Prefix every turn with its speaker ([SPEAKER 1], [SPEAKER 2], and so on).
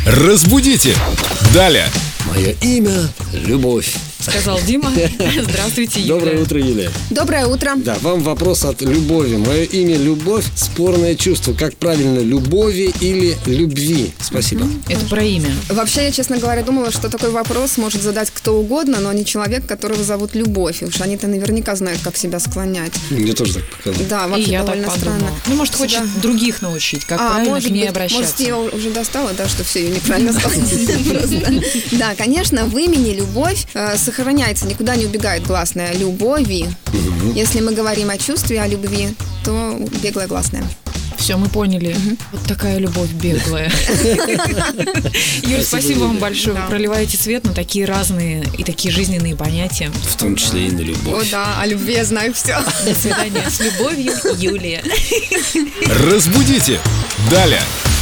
[SPEAKER 1] Разбудите! Далее!
[SPEAKER 2] Мое имя Любовь.
[SPEAKER 3] Сказал Дима. Здравствуйте, Юля.
[SPEAKER 2] Доброе утро, Юлия.
[SPEAKER 4] Доброе утро.
[SPEAKER 2] Да, вам вопрос от Любови. Мое имя Любовь. Спорное чувство. Как правильно, любови или любви? Спасибо.
[SPEAKER 3] Это про имя.
[SPEAKER 4] Вообще, я, честно говоря, думала, что такой вопрос может задать кто угодно, но не человек, которого зовут Любовь. Уж они-то наверняка знают, как себя склонять.
[SPEAKER 2] Мне тоже так показалось.
[SPEAKER 4] Да,
[SPEAKER 3] И
[SPEAKER 4] вообще
[SPEAKER 3] я так
[SPEAKER 4] довольно
[SPEAKER 3] подумала.
[SPEAKER 4] странно.
[SPEAKER 3] Ну, может, хочет
[SPEAKER 4] Себя-
[SPEAKER 3] других научить, как правильно
[SPEAKER 4] может
[SPEAKER 3] к ней
[SPEAKER 4] быть,
[SPEAKER 3] обращаться.
[SPEAKER 4] может, ее уже достало, да, что все ее неправильно сказали. Да, конечно, в имени Любовь сохраняется, никуда не убегает гласная любови. Если мы говорим о чувстве, о любви, то беглая гласная.
[SPEAKER 3] Все, мы поняли. Вот такая любовь беглая. Юль, спасибо вам большое. Вы проливаете свет на такие разные и такие жизненные понятия.
[SPEAKER 2] В том числе и на
[SPEAKER 4] О
[SPEAKER 2] любовь.
[SPEAKER 4] да, о любви я знаю все.
[SPEAKER 3] До свидания. С любовью, Юлия.
[SPEAKER 1] Разбудите! Далее!